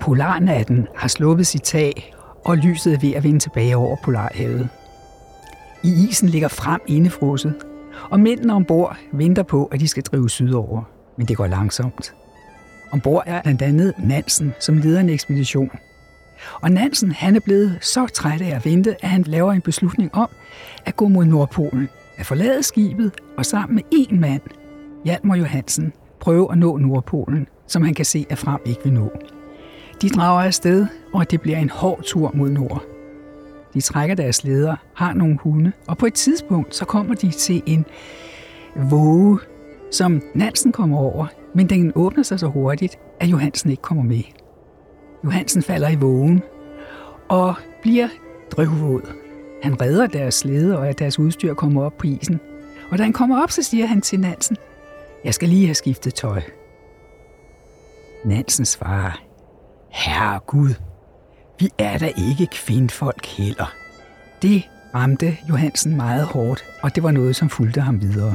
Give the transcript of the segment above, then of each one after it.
Polarnatten har sluppet sit tag, og lyset er ved at vende tilbage over Polarhavet. I isen ligger frem indefrosset, og mændene ombord venter på, at de skal drive sydover, men det går langsomt. Ombord er blandt andet Nansen, som leder en ekspedition. Og Nansen, han er blevet så træt af at vente, at han laver en beslutning om at gå mod Nordpolen, at forlade skibet og sammen med én mand, Hjalmar Johansen, prøve at nå Nordpolen, som han kan se, at Fram ikke vil nå. De drager afsted, og det bliver en hård tur mod nord. De trækker deres leder, har nogle hunde, og på et tidspunkt så kommer de til en våge, som Nansen kommer over, men den åbner sig så hurtigt, at Johansen ikke kommer med. Johansen falder i vågen og bliver drivvåd. Han redder deres slæde, og at deres udstyr kommer op på isen. Og da han kommer op, så siger han til Nansen, jeg skal lige have skiftet tøj. Nansen svarer, Herregud, vi er da ikke kvindfolk heller. Det ramte Johansen meget hårdt, og det var noget, som fulgte ham videre.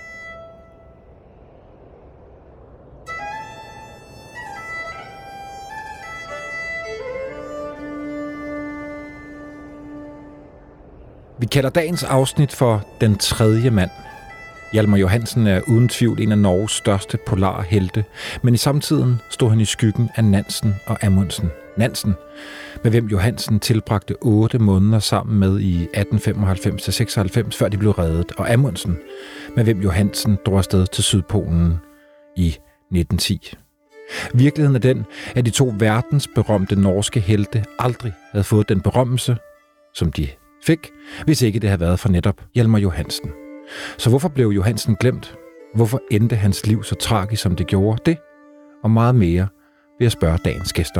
Vi kalder dagens afsnit for Den tredje mand. Hjalmar Johansen er uden tvivl en af Norges største polarhelte, men i samtiden stod han i skyggen af Nansen og Amundsen. Nansen, med hvem Johansen tilbragte 8 måneder sammen med i 1895-96, før de blev reddet, og Amundsen, med hvem Johansen drog afsted til Sydpolen i 1910. Virkeligheden er den, at de to verdensberømte norske helte aldrig havde fået den berømmelse, som de fik, hvis ikke det havde været for netop Hjalmar Johansen. Så hvorfor blev Johansen glemt? Hvorfor endte hans liv så tragisk, som det gjorde? Det og meget mere vil jeg spørge dagens gæst om.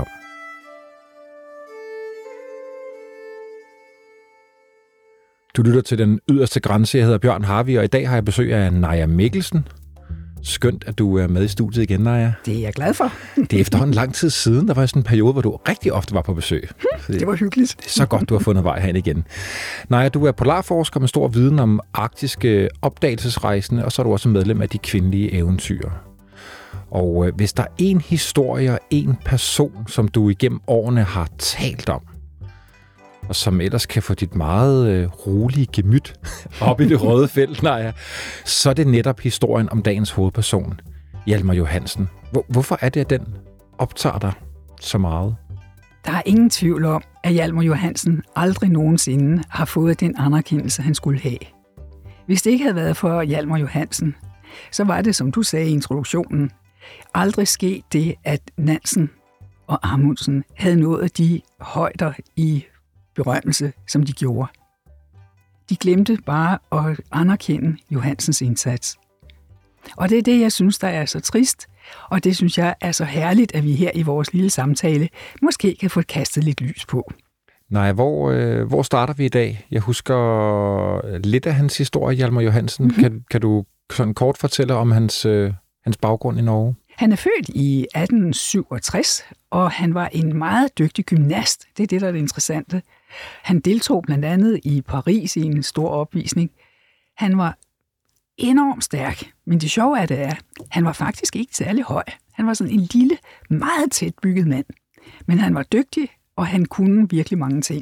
Du lytter til Den Yderste Grænse. Jeg hedder Bjørn Harvig, og i dag har jeg besøg af Naja Mikkelsen. Skønt, at du er med i studiet igen, Naja. Det er jeg glad for. Det er efterhånden lang tid siden. Der var sådan en periode, hvor du rigtig ofte var på besøg. Det var hyggeligt. Det er så godt, du har fundet vej herind igen. Naja, du er polarforsker med stor viden om arktiske opdagelsesrejsende, og så er du også medlem af De Kvindelige Eventyr. Og hvis der er en historie og en person, som du igennem årene har talt om, og som ellers kan få dit meget rolige gemyt op i det røde felt, Naja, så er det netop historien om dagens hovedperson, Hjalmar Johansen. Hvorfor er det, at den optager dig så meget? Der er ingen tvivl om, at Hjalmar Johansen aldrig nogensinde har fået den anerkendelse, han skulle have. Hvis det ikke havde været for Hjalmar Johansen, så var det, som du sagde i introduktionen, aldrig sket det, at Nansen og Amundsen havde nået de højder i berømmelse, som de gjorde. De glemte bare at anerkende Johansens indsats. Og det er det, jeg synes, der er så trist, og det synes jeg er så herligt, at vi her i vores lille samtale måske kan få kastet lidt lys på. Nej, hvor starter vi i dag? Jeg husker lidt af hans historie, Hjalmar Johansen. Mm-hmm. Kan du sådan kort fortælle om hans baggrund i Norge? Han er født i 1867, og han var en meget dygtig gymnast. Det er det, der er det interessante. Han deltog blandt andet i Paris i en stor opvisning. Han var enormt stærk, men det sjove er det er, han var faktisk ikke særlig høj. Han var sådan en lille, meget tæt bygget mand. Men han var dygtig, og han kunne virkelig mange ting.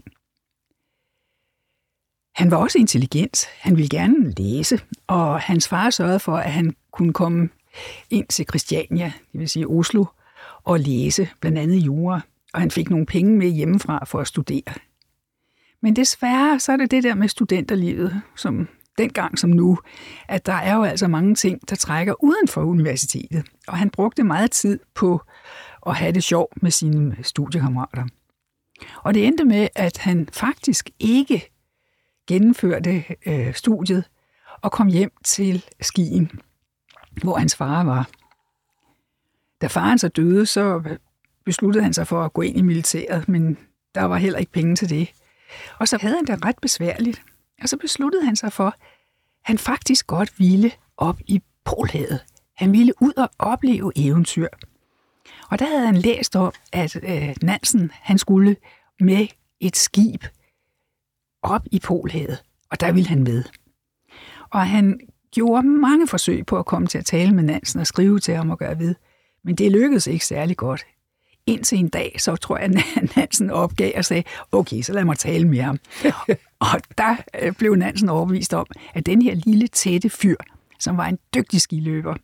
Han var også intelligent. Han ville gerne læse, og hans far sørgede for, at han kunne komme ind til Christiania, det vil sige Oslo, og læse blandt andet jura, og han fik nogle penge med hjemmefra for at studere. Men desværre så er det der med studenterlivet, som dengang som nu, at der er jo altså mange ting, der trækker uden for universitetet, og han brugte meget tid på at have det sjovt med sine studiekammerater. Og det endte med, at han faktisk ikke gennemførte studiet og kom hjem til Skien, hvor hans far var. Da faren så døde, så besluttede han sig for at gå ind i militæret, men der var heller ikke penge til det. Og så havde han det ret besværligt. Og så besluttede han sig for, at han faktisk godt ville op i Polhavet. Han ville ud og opleve eventyr. Og der havde han læst om, at Nansen han skulle med et skib op i Polhavet, og der ville han med. Og han gjorde mange forsøg på at komme til at tale med Nansen og skrive til ham og gøre ved, men det lykkedes ikke særlig godt. Indtil en dag, så tror jeg, at Nansen opgav og sagde, okay, så lad mig tale med ham. Og der blev Nansen overbevist om, at den her lille tætte fyr, som var en dygtig skiløber,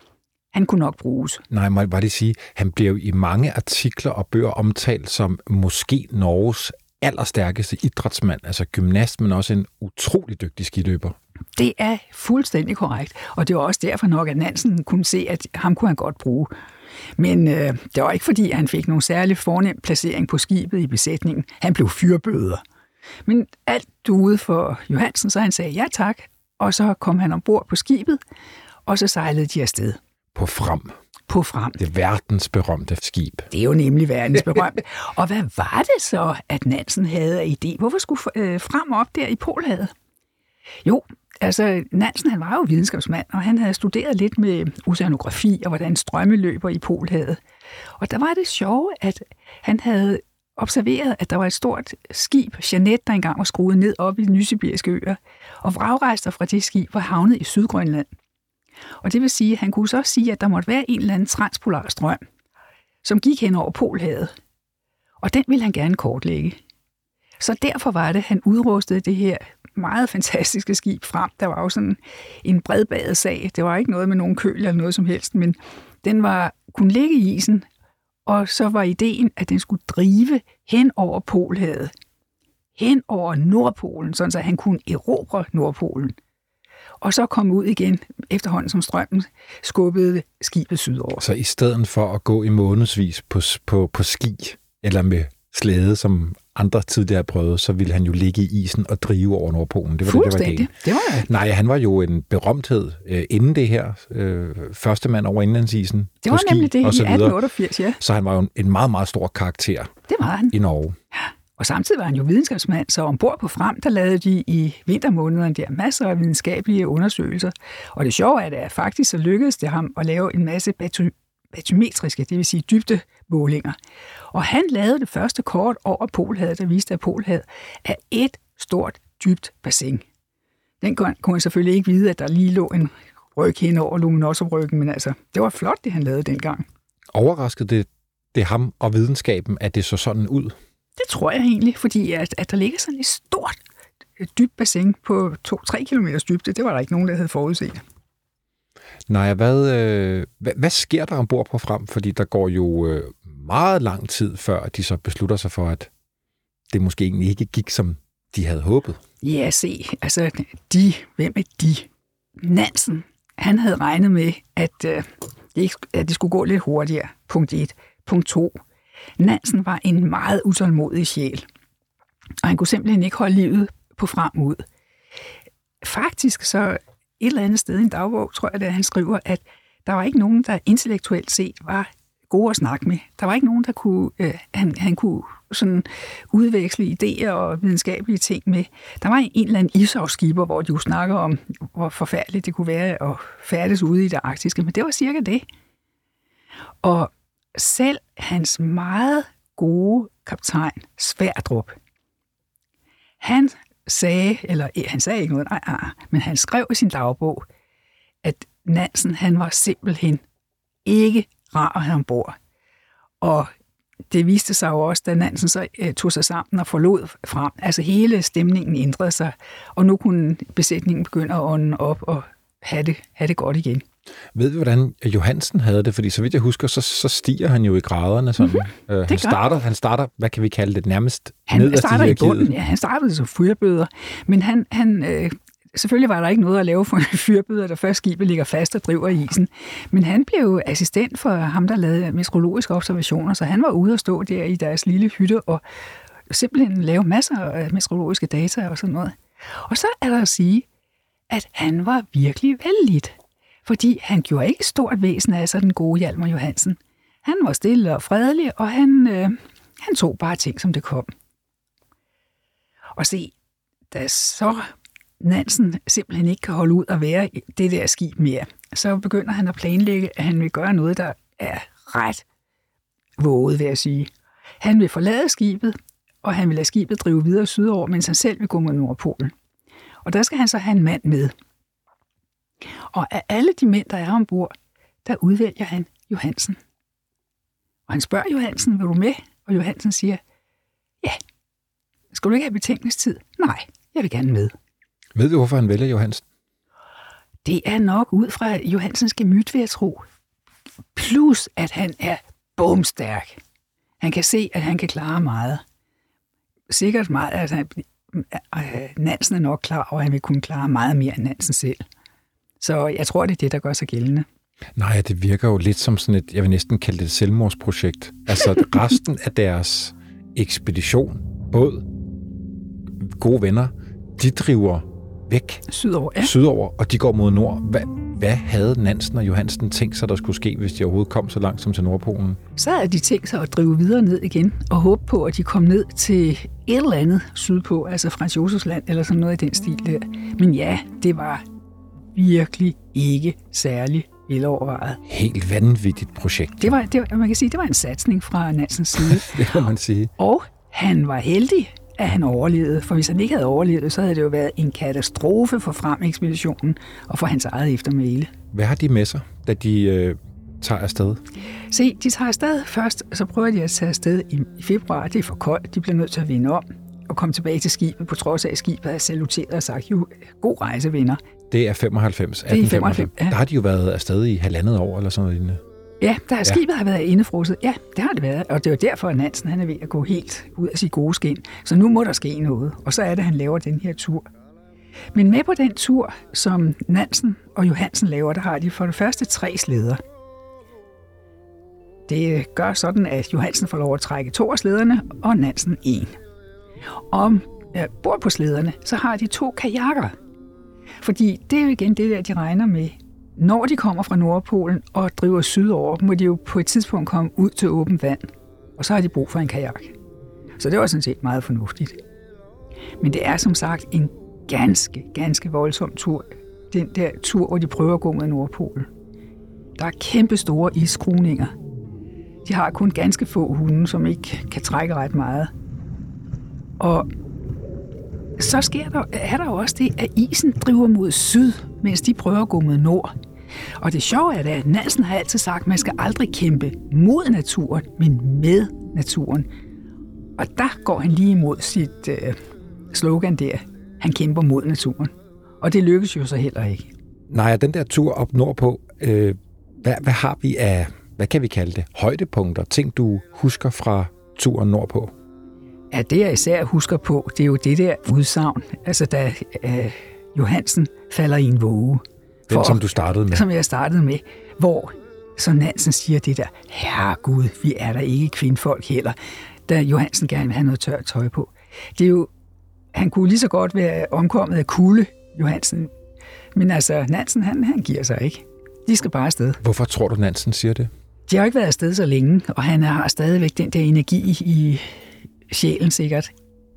han kunne nok bruges. Nej, må jeg bare lige sige, han blev i mange artikler og bøger omtalt som måske Norges allerstærkeste idrætsmand, altså gymnast, men også en utrolig dygtig skiløber. Det er fuldstændig korrekt, og det var også derfor nok, at Nansen kunne se, at ham kunne han godt bruge. Men det var ikke fordi, at han fik nogen særlig fornem placering på skibet i besætningen. Han blev fyrbøder. Men alt duede for Johansen, så han sagde ja tak, og så kom han ombord på skibet, og så sejlede de afsted. På Fram. På Fram. Det verdensberømte skib. Det er jo nemlig verdensberømt. Og hvad var det så, at Nansen havde af idé? Hvorfor skulle Fram op der i Polhavet? Jo, altså Nansen han var jo videnskabsmand, og han havde studeret lidt med oceanografi og hvordan strømme løber i Polhavet. Og der var det sjove, at han havde observeret, at der var et stort skib, Jeanette, der engang var skruet ned op i de nysibiriske øer, og vragrester fra det skib var havnet i Sydgrønland. Og det vil sige, at han kunne så sige, at der måtte være en eller anden transpolar strøm, som gik hen over Polhavet. Og den ville han gerne kortlægge. Så derfor var det, at han udrustede det her meget fantastiske skib Fram. Der var jo sådan en bredbadet sag. Det var ikke noget med nogen køl eller noget som helst, men den kunne ligge i isen, og så var ideen, at den skulle drive hen over Polhavet. Hen over Nordpolen, sådan så han kunne erobre Nordpolen. Og så komme ud igen, efterhånden som strømmen skubbede skibet sydover. Så i stedet for at gå i månedsvis på ski, eller med slæde, som andre tidligere prøvede, så ville han jo ligge i isen og drive over Nordpolen. Det var fuldstændig. Det var det. Nej, han var jo en berømthed inden det her. Første mand over indlandsisen. Det var nemlig det i 1888, ja. Så han var jo en meget, meget stor karakter. Det var han. I Norge. Og samtidig var han jo videnskabsmand, så ombord på Fram, der lavede de i vintermånederne der masser af videnskabelige undersøgelser. Og det sjove er, at faktisk så lykkedes det ham at lave en masse batymetriske, det vil sige dybdemålinger. Og han lavede det første kort over Polhavet, der viste, at Polhavet er et stort, dybt bassin. Den kunne han selvfølgelig ikke vide, at der lige lå en ryg hen over Lomonosov-ryggen, men altså, det var flot, det han lavede dengang. Overraskede det ham og videnskaben, at det så sådan ud? Det tror jeg egentlig, fordi at der ligger sådan et stort, dybt bassin på 2-3 kilometers dybde, det var der ikke nogen, der havde forudset. Nej, hvad sker der ombord på Fram? Fordi der går jo meget lang tid, før de så beslutter sig for, at det måske egentlig ikke gik, som de havde håbet. Ja, se, altså hvem er de? Nansen, han havde regnet med, at det skulle gå lidt hurtigere, punkt 1. Punkt 2. Nansen var en meget utålmodig sjæl, og han kunne simpelthen ikke holde livet på Fram ud. Faktisk så et eller andet sted i en dagbog, tror jeg, at han skriver, at der var ikke nogen, der intellektuelt set var gode at snakke med. Der var ikke nogen, der kunne, han kunne sådan udveksle idéer og videnskabelige ting med. Der var en eller anden ishavsskipper, hvor de jo snakker om, hvor forfærdeligt det kunne være at færdes ude i det arktiske, men det var cirka det. Og selv hans meget gode kaptajn, Sverdrup, han sagde ikke noget, men han skrev i sin dagbog, at Nansen, han var simpelthen ikke rar at have ombord. Og det viste sig jo også, da Nansen så tog sig sammen og forlod Fram. Altså hele stemningen ændrede sig, og nu kunne besætningen begynde at ånde op og have det godt igen. Ved du, hvordan Johansen havde det? Fordi så vidt jeg husker, så stiger han jo i graderne. Sådan. Han starter, hvad kan vi kalde det, nærmest nederst i hierarkiet. I bunden, ja, han startede som fyrbøder, men selvfølgelig var der ikke noget at lave for en fyrbøder, der først skibet ligger fast og driver i isen. Men han blev assistent for ham, der lavede meteorologiske observationer, så han var ude og stå der i deres lille hytte og simpelthen lave masser af meteorologiske data og sådan noget. Og så er der at sige, at han var virkelig vellidt. Fordi han gjorde ikke stort væsen af sig, den gode Hjalmar Johansen. Han var stille og fredelig, og han tog bare ting, som det kom. Og se, da så Nansen simpelthen ikke kan holde ud at være i det der skib mere, så begynder han at planlægge, at han vil gøre noget, der er ret våget, vil jeg sige. Han vil forlade skibet, og han vil lade skibet drive videre sydover, mens han selv vil gå mod Nordpolen. Og der skal han så have en mand med. Og af alle de mænd, der er ombord, der udvælger han Johansen. Og han spørger Johansen, vil du med? Og Johansen siger, ja. Skal du ikke have betænkningstid? Nej, jeg vil gerne med. Ved du, hvorfor han vælger Johansen? Det er nok ud fra Johansens gemyt, vil jeg tro. Plus, at han er bomstærk. Han kan se, at han kan klare meget. Sikkert meget. Altså, Nansen er nok klar over, at han vil kunne klare meget mere end Nansen selv. Så jeg tror, det er det, der gør sig gældende. Nej, det virker jo lidt som sådan et, jeg vil næsten kalde det et selvmordsprojekt. Altså resten af deres ekspedition, båd, gode venner, de driver væk. Sydover, og de går mod nord. Hvad havde Nansen og Johansen tænkt sig, der skulle ske, hvis de overhovedet kom så langt som til Nordpolen? Så havde de tænkt sig at drive videre ned igen, og håbe på, at de kom ned til et eller andet sydpå, altså Frans Josefs land, eller sådan noget i den stil der. Men ja, det var virkelig ikke særlig velovervejet. Helt vanvittigt projekt. Man kan sige, det var en satsning fra Nansens side. Det må man sige. Og han var heldig, at han overlevede, for hvis han ikke havde overlevet, så havde det jo været en katastrofe for Fram-ekspeditionen og for hans eget eftermæle. Hvad har de med sig, da de tager afsted? Se, de tager afsted først, så prøver de at tage afsted i februar. Det er for koldt, de bliver nødt til at vinde om og komme tilbage til skibet, på trods af, at skibet er saluteret og sagt, jo, god rejse, venner. Det er 95. Det er 95, ja. Der har de jo været afsted i 1,5 år eller sådan noget. Ja, skibet har været indefrosset. Ja, det har det været. Og det var derfor, at Nansen han er ved at gå helt ud af sit gode skin. Så nu må der ske noget. Og så er det, at han laver den her tur. Men med på den tur, som Nansen og Johansen laver, der har de for det første 3 slæder. Det gør sådan, at Johansen får lov at trække 2 af slæderne, og Nansen 1. Om bord på slæderne, så har de 2 kajakker. Fordi det er jo igen det der, de regner med. Når de kommer fra Nordpolen og driver sydover, må de jo på et tidspunkt komme ud til åbent vand. Og så har de brug for en kajak. Så det var sådan set meget fornuftigt. Men det er som sagt en ganske voldsom tur. Den der tur, hvor de prøver at gå mod Nordpolen. Der er kæmpe store isskruninger. De har kun ganske få hunde, som ikke kan trække ret meget. Og så er der jo også det, at isen driver mod syd, mens de prøver at gå mod nord. Og det sjove er, at Nansen har altid sagt, at man skal aldrig kæmpe mod naturen, men med naturen. Og der går han lige imod sit slogan der. Han kæmper mod naturen. Og det lykkes jo så heller ikke. Nej, den der tur op nordpå, hvad har vi af, hvad kan vi kalde det, højdepunkter, ting du husker fra turen nordpå? Ja, det jeg især husker på, det er jo det der udsagn, altså da Johansen falder i en våge. Den, som du startede med. Som jeg startede med, hvor så Nansen siger det der, herregud, vi er der ikke kvindfolk heller, da Johansen gerne vil have noget tørt tøj på. Det er jo, han kunne lige så godt være omkommet af kulde, Johansen, men altså Nansen, han giver sig ikke. De skal bare afsted. Hvorfor tror du, Nansen siger det? De har ikke været afsted så længe, og han har stadigvæk den der energi i sjælen sikkert.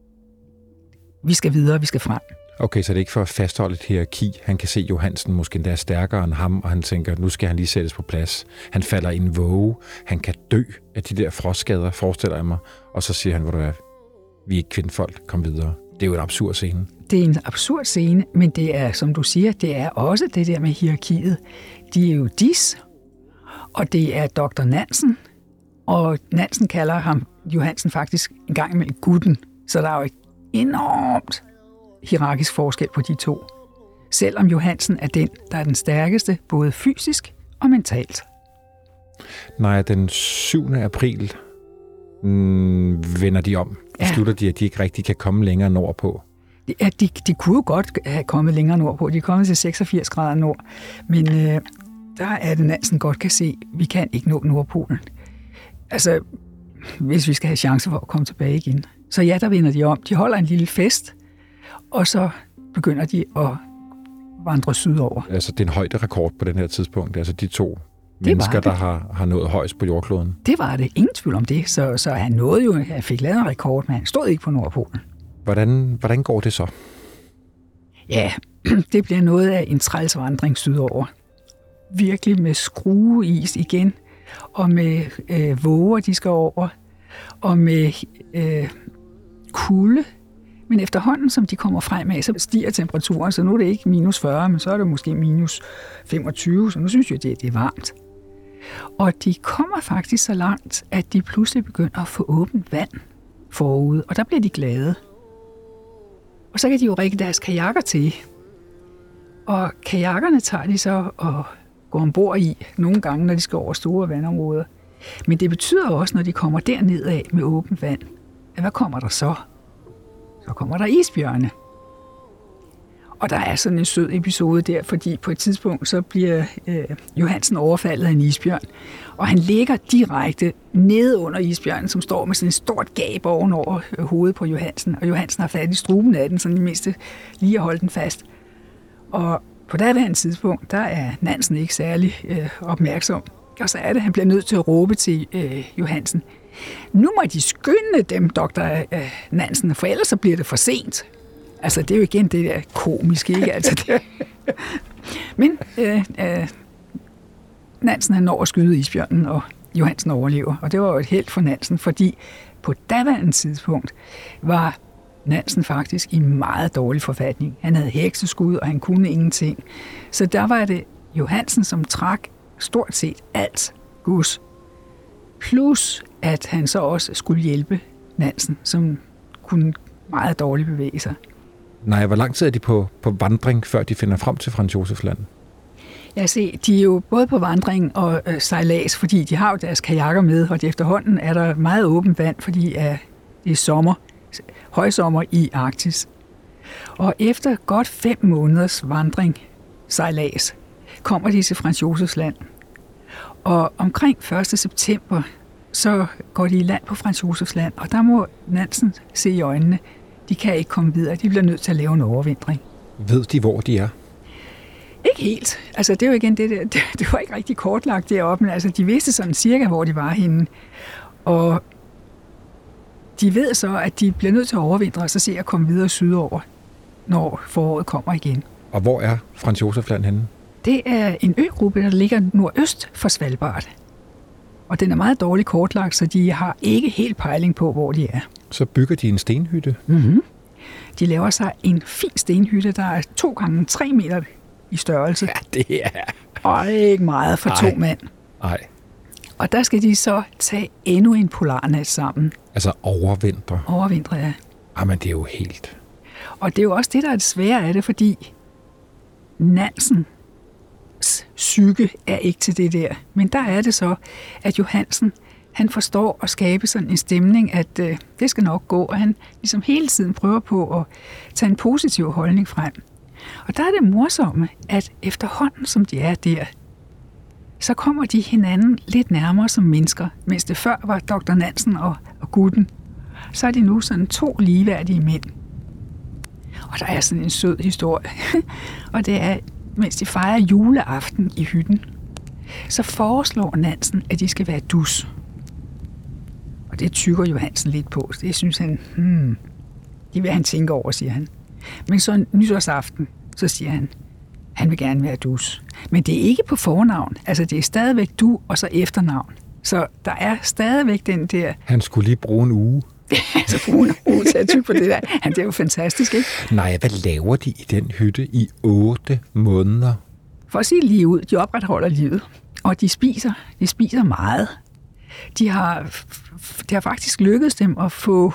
Vi skal videre, vi skal frem. Okay, så det er ikke for at fastholde et hierarki. Han kan se, Johansen måske endda er stærkere end ham, og han tænker, nu skal han lige sættes på plads. Han falder i en våge. Han kan dø af de der frostskader, forestiller jeg mig. Og så siger han, hvor du er, vi er ikke kvindfolk, kom videre. Det er jo en absurd scene. Det er en absurd scene, men det er, som du siger, det er også det der med hierarkiet. De er jo dis, og det er Dr. Nansen, og Nansen kalder ham Johansen faktisk en gang imellem gutten, så der er jo et enormt hierarkisk forskel på de to. Selvom Johansen er den, der er den stærkeste, både fysisk og mentalt. Nej, den 7. april vender de om. Beslutter de, at de ikke rigtig kan komme længere nordpå. Ja, de kunne jo godt have kommet længere nordpå. De er kommet til 86 grader nord. Men der er det Nansen godt kan se, at vi kan ikke nå Nordpolen. Altså, hvis vi skal have chance for at komme tilbage igen. Så ja, der vender de om. De holder en lille fest, og så begynder de at vandre sydover. Altså, det er en højderekord på den her tidspunkt. Altså, de to mennesker, der har nået højst på jordkloden. Det var det. Ingen tvivl om det. Så han nåede jo, han fik lavet en rekord, men han stod ikke på Nordpolen. Hvordan går det så? Ja, det bliver noget af en trælsvandring sydover. Virkelig med skrueis igen, og med våger, de skal over, og med kulde. Men efterhånden, som de kommer frem af, så stiger temperaturen, så nu er det ikke minus 40, men så er det måske minus 25, så nu synes jeg, det er varmt. Og de kommer faktisk så langt, at de pludselig begynder at få åbent vand forude, og der bliver de glade. Og så kan de jo rigge deres kajakker til. Og kajakkerne tager de så og går ombord i nogle gange, når de skal over store vandområder. Men det betyder også, når de kommer derned af med åbent vand, at hvad kommer der så? Så kommer der isbjørne. Og der er sådan en sød episode der, fordi på et tidspunkt så bliver Johansen overfaldet af en isbjørn, og han ligger direkte nede under isbjørnen, som står med sådan et stort gab ovenover hovedet på Johansen, og Johansen har fat i struben af den, så i mindste lige at holde den fast. Og på daværende tidspunkt, der er Nansen ikke særlig opmærksom, og så er det, at han bliver nødt til at råbe til Johansen: nu må de skynde dem, doktor Nansen, for ellers så bliver det for sent. Altså, det er jo igen det der komiske, ikke? Altså, det. Men Nansen, han når at skyde isbjørnen, og Johansen overlever. Og det var jo et held for Nansen, fordi på daværende tidspunkt var Nansen faktisk i meget dårlig forfatning. Han havde hekseskud, og han kunne ingenting. Så der var det Johansen, som trak stort set alt gods. Plus, at han så også skulle hjælpe Nansen, som kunne meget dårligt bevæge sig. Nej, hvor lang tid er de på vandring, før de finder frem til Franz Josef Land? Ja, se, de er jo både på vandring og sejlads, fordi de har jo deres kajakker med, og efterhånden er der meget åbent vand, fordi det er sommer, højsommer i Arktis. Og efter godt 5 måneders vandring, sejlads, kommer de til Franz Josefs Land. Og omkring 1. september, så går de i land på Franz Josefs Land, og der må Nansen se i øjnene, de kan ikke komme videre, de bliver nødt til at lave en overvintring. Ved de, hvor de er? Ikke helt. Altså, det er jo igen det der, det var ikke rigtig kortlagt deroppe, men altså, de vidste sådan cirka, hvor de var henne. Og de ved så, at de bliver nødt til at overvintre, og så se at komme videre sydover, når foråret kommer igen. Og hvor er Franz Josef Land henne? Det er en øgruppe, der ligger nordøst for Svalbard. Og den er meget dårligt kortlagt, så de har ikke helt pejling på, hvor de er. Så bygger de en stenhytte? Mm-hmm. De laver sig en fin stenhytte, der er 2 gange 3 meter i størrelse. Ja, det er... Og ikke meget for 2 mand. Nej. Og der skal de så tage endnu en polarnat sammen. Altså overvintre? Overvintre, ja. Jamen, det er jo helt... Og det er jo også det, der er det svære af det, fordi Nansens psyke er ikke til det der. Men der er det så, at Johansen, han forstår at skabe sådan en stemning, at det skal nok gå, og han ligesom hele tiden prøver på at tage en positiv holdning frem. Og der er det morsomme, at efterhånden, som de er der, så kommer de hinanden lidt nærmere som mennesker, mens det før var Dr. Nansen og gutten. Så er de nu sådan 2 ligeværdige mænd. Og der er sådan en sød historie, og det er, mens de fejrer juleaften i hytten, så foreslår Nansen, at de skal være dus. Og det tykker Johansen lidt på. Det synes han, det vil han tænke over, siger han. Men så nytårsaften, så siger han vil gerne være dus. Men det er ikke på fornavn. Altså, det er stadigvæk du, og så efternavn. Så der er stadigvæk den der... Han skulle lige bruge en uge. Altså, bruge en uge til at tykke på det der. Det er jo fantastisk, ikke? Nej, hvad laver de i den hytte i 8 måneder? For at sige lige ud, de opretholder livet. Og de spiser meget. Det har faktisk lykkedes dem at få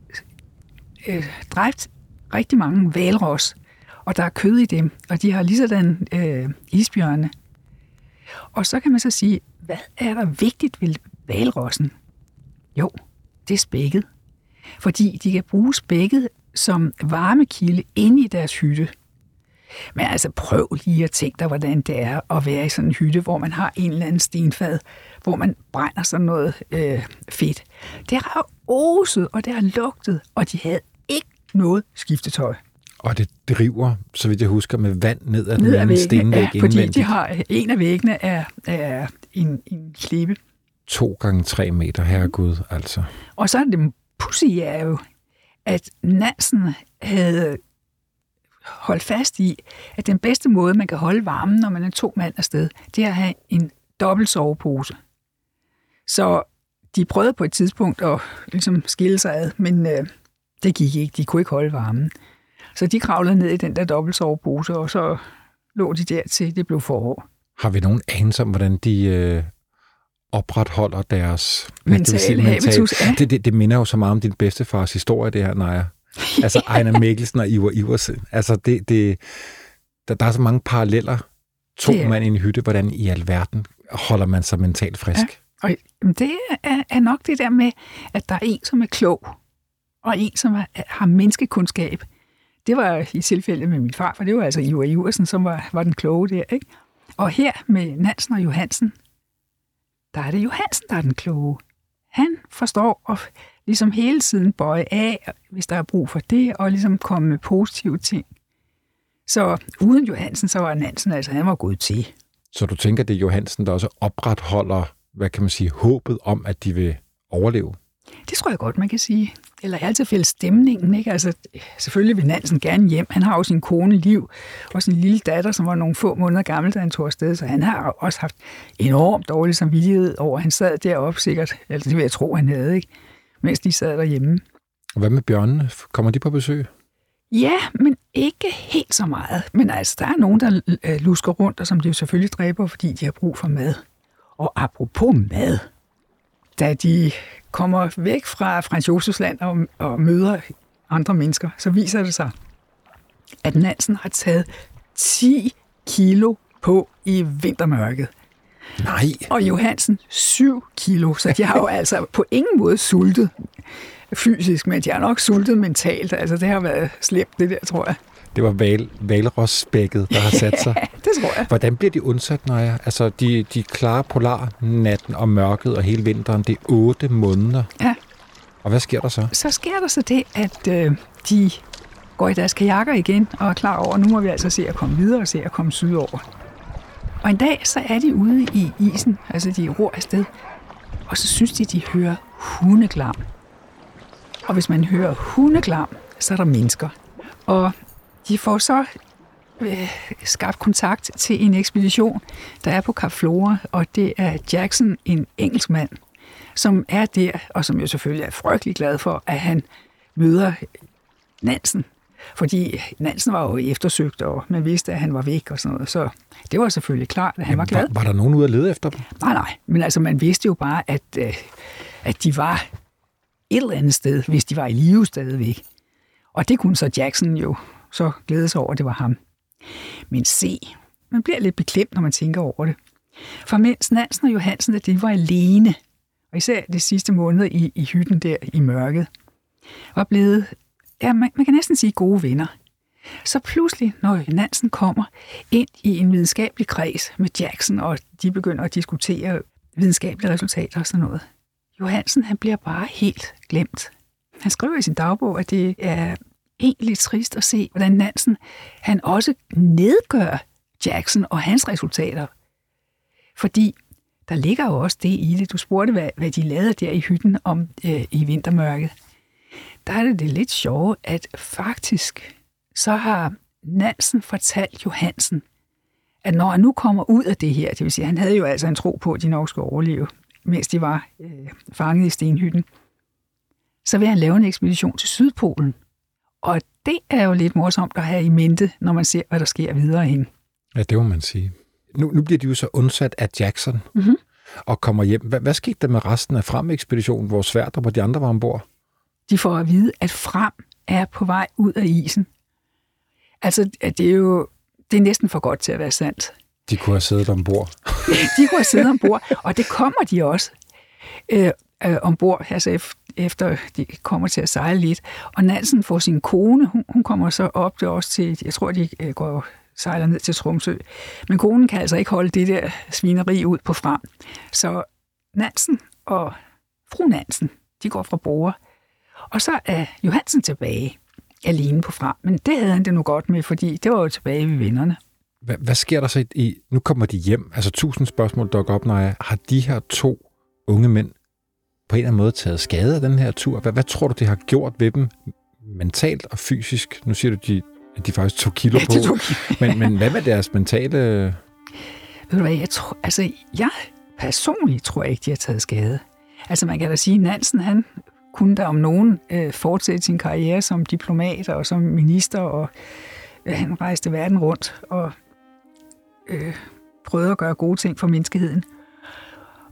dræbt rigtig mange hvalros, og der er kød i dem, og de har lige sådan isbjørne. Og så kan man så sige, hvad er der vigtigt ved hvalrossen? Jo, det er spækket. Fordi de kan bruge spækket som varmekilde inde i deres hytte. Men altså prøv lige at tænke dig, hvordan det er at være i sådan en hytte, hvor man har en eller anden stenfad, hvor man brænder sådan noget fedt. Det har oset, og det har lugtet, og de havde ikke noget skiftetøj. Og det driver, så vidt jeg husker, med vand ned ad den anden stenvæg indvendigt. Fordi de har, en af væggene er en klippe. 2 gange 3 meter, herregud, altså. Og så er det pudsige er jo, at Nansen havde holdt fast i, at den bedste måde, man kan holde varmen, når man er 2 mand afsted, det er at have en dobbelt sovepose. Så de prøvede på et tidspunkt at ligesom skille sig ad, men det gik ikke. De kunne ikke holde varmen. Så de kravlede ned i den der dobbelt sovepose, og så lå de der til det blev forår. Har vi nogen anelse om, hvordan de opretholder deres mentale habitus. Ja. Det minder jo så meget om din bedstefars historie, det her, Naja. Altså Ejner Mikkelsen og Ivar Iversen. Altså der er så mange paralleller. To mand i en hytte. Hvordan i alverden holder man sig mentalt frisk? Ja. Og det er nok det der med, at der er en, som er klog, og en, som har menneskekundskab. Det var i tilfælde med min far, for det var altså Ivar Iversen, som var den kloge der, ikke? Og her med Nansen og Johansen, der er det Johansen, der er den kloge. Han forstår at ligesom hele tiden bøje af, hvis der er brug for det, og ligesom komme med positive ting. Så uden Johansen, så var Nansen, altså han var gået til. Så du tænker, det er Johansen, der også opretholder, hvad kan man sige, håbet om, at de vil overleve? Det tror jeg godt, man kan sige. Eller i altid fælles stemningen, ikke? Altså, selvfølgelig vil Nansen gerne hjem. Han har jo sin kone Liv, og sin lille datter, som var nogle få måneder gammel, da han tog afsted. Så han har også haft enormt dårlig samvittighed over, at han sad deroppe sikkert. Altså, det vil jeg tro, han havde, ikke? Mens de sad derhjemme. Og hvad med bjørnene? Kommer de på besøg? Ja, men ikke helt så meget. Men altså, der er nogen, der lusker rundt, og som de jo selvfølgelig dræber, fordi de har brug for mad. Og apropos mad, da de kommer væk fra Frans Josefs land og møder andre mennesker, så viser det sig, at Nansen har taget 10 kilo på i vintermørket. Nej. Og Johansen 7 kilo, så de har jo altså på ingen måde sultet fysisk, men de har nok sultet mentalt. Altså det har været slemt, det der, tror jeg. Det var hvalrosspækket, der har sat sig. Ja, det tror jeg. Hvordan bliver de undsat, Naja? Altså, de klarer polarnatten og mørket og hele vinteren. Det er 8 måneder. Ja. Og hvad sker der så? Så sker der så det, at de går i deres kajakker igen og er klar over, at nu må vi altså se at komme videre og se at komme sydover. Og en dag, så er de ude i isen, altså de ror afsted, og så synes de hører hundeglam. Og hvis man hører hundeglam, så er der mennesker. Og de får så skabt kontakt til en ekspedition, der er på Kap Flora, og det er Jackson, en engelskmand, som er der, og som jo selvfølgelig er frygtelig glad for, at han møder Nansen. Fordi Nansen var jo eftersøgt, og man vidste, at han var væk og sådan noget. Så det var selvfølgelig klart, at han var glad. Var der nogen ude at lede efter dem? Nej. Men altså, man vidste jo bare, at de var et eller andet sted, hvis de var i live stadigvæk. Og det kunne så Jackson jo så glæde sig over, at det var ham. Men man bliver lidt beklemt, når man tænker over det. For mens Nansen og Johansen, at de var alene, og især de sidste måneder i hytten der i mørket, var blevet, ja, man kan næsten sige gode venner. Så pludselig, når Nansen kommer ind i en videnskabelig kreds med Jackson, og de begynder at diskutere videnskabelige resultater og sådan noget, Johansen, han bliver bare helt glemt. Han skriver i sin dagbog, at det er egentlig trist at se, hvordan Nansen, han også nedgør Jackson og hans resultater. Fordi der ligger jo også det i det. Du spurgte, hvad de lavede der i hytten om i vintermørket. Der er det lidt sjovt, at faktisk så har Nansen fortalt Johansen, at når han nu kommer ud af det her, det vil sige, han havde jo altså en tro på, at de nok skulle overleve, mens de var fanget i stenhytten, så vil han lave en ekspedition til Sydpolen. Og det er jo lidt morsomt at have i mente, når man ser, hvad der sker videre hen. Ja, det må man sige. Nu bliver de jo så undsat af Jackson og kommer hjem. Hvad skete der med resten af Frem-ekspeditionen, hvor Sværd og de andre var ombord? De får at vide, at Frem er på vej ud af isen. Altså, det er næsten for godt til at være sandt. De kunne have siddet ombord. De kunne have siddet ombord, og det kommer de også ombord, altså efter de kommer til at sejle lidt. Og Nansen får sin kone, hun kommer så op det også til, jeg tror, de sejler ned til Tromsø. Men konen kan altså ikke holde det der svineri ud på Frem. Så Nansen og fru Nansen, de går fra bord. Og så er Johansen tilbage alene på Frem. Men det havde han det nu godt med, fordi det var jo tilbage ved vennerne. Hvad sker der så nu kommer de hjem, altså 1000 spørgsmål dukker op, når har de her 2 unge mænd på en eller anden måde taget skade af den her tur? Hvad tror du, det har gjort ved dem mentalt og fysisk? Nu siger du, at de faktisk tog kilo på. Men hvad med deres mentale... Ved du hvad, jeg personligt tror ikke, de har taget skade. Altså man kan da sige, at Nansen, han kunne da om nogen fortsætte sin karriere som diplomat og som minister, og han rejste verden rundt og prøvede at gøre gode ting for menneskeheden.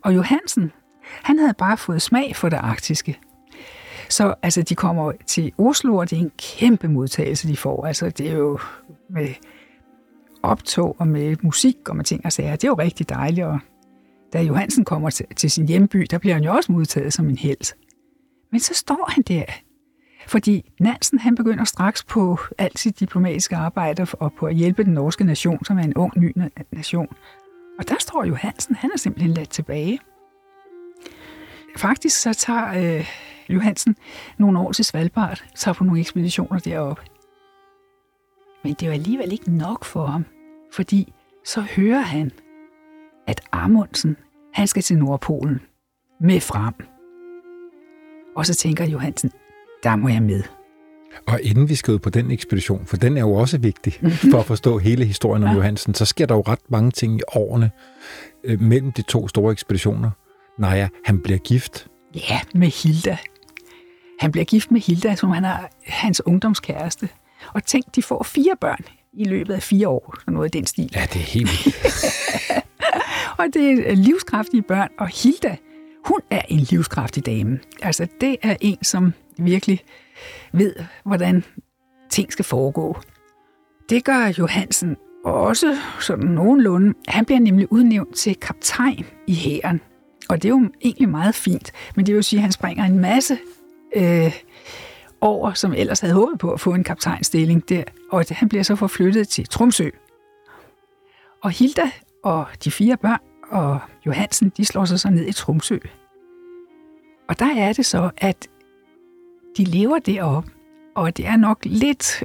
Og Johansen, han havde bare fået smag for det arktiske. Så altså, de kommer til Oslo, og det er en kæmpe modtagelse, de får. Altså, det er jo med optog og med musik og med ting og sager. Det er jo rigtig dejligt, og da Johansen kommer til sin hjemby, der bliver han jo også modtaget som en helt. Men så står han der, fordi Nansen, han begynder straks på alt sit diplomatiske arbejde og på at hjælpe den norske nation, som er en ung, ny nation. Og der står Johansen, han er simpelthen ladt tilbage. Faktisk så tager Johansen nogle år til Svalbard, tager på nogle ekspeditioner deroppe. Men det er jo alligevel ikke nok for ham, fordi så hører han, at Amundsen, han skal til Nordpolen med frem. Og så tænker Johansen, der må jeg med. Og inden vi skal ud på den ekspedition, for den er jo også vigtig for at forstå hele historien om Johansen, så sker der jo ret mange ting i årene mellem de to store ekspeditioner. Naja, han bliver gift. Ja, med Hilda. Han bliver gift med Hilda, som han er hans ungdomskæreste. Og tænk, de får 4 børn i løbet af 4 år, så noget i den stil. Ja, det er helt vildt. Og det er livskraftige børn, og Hilda, hun er en livskraftig dame. Altså, det er en, som virkelig ved, hvordan ting skal foregå. Det gør Johansen også sådan nogenlunde. Han bliver nemlig udnævnt til kaptajn i hæren. Og det er jo egentlig meget fint, men det vil jo sige, at han springer en masse over, som ellers havde håbet på at få en kaptajnstilling der. Og han bliver så forflyttet til Tromsø. Og Hilda og de 4 børn og Johansen, de slår sig så ned i Tromsø. Og der er det så, at de lever deroppe, og det er nok lidt,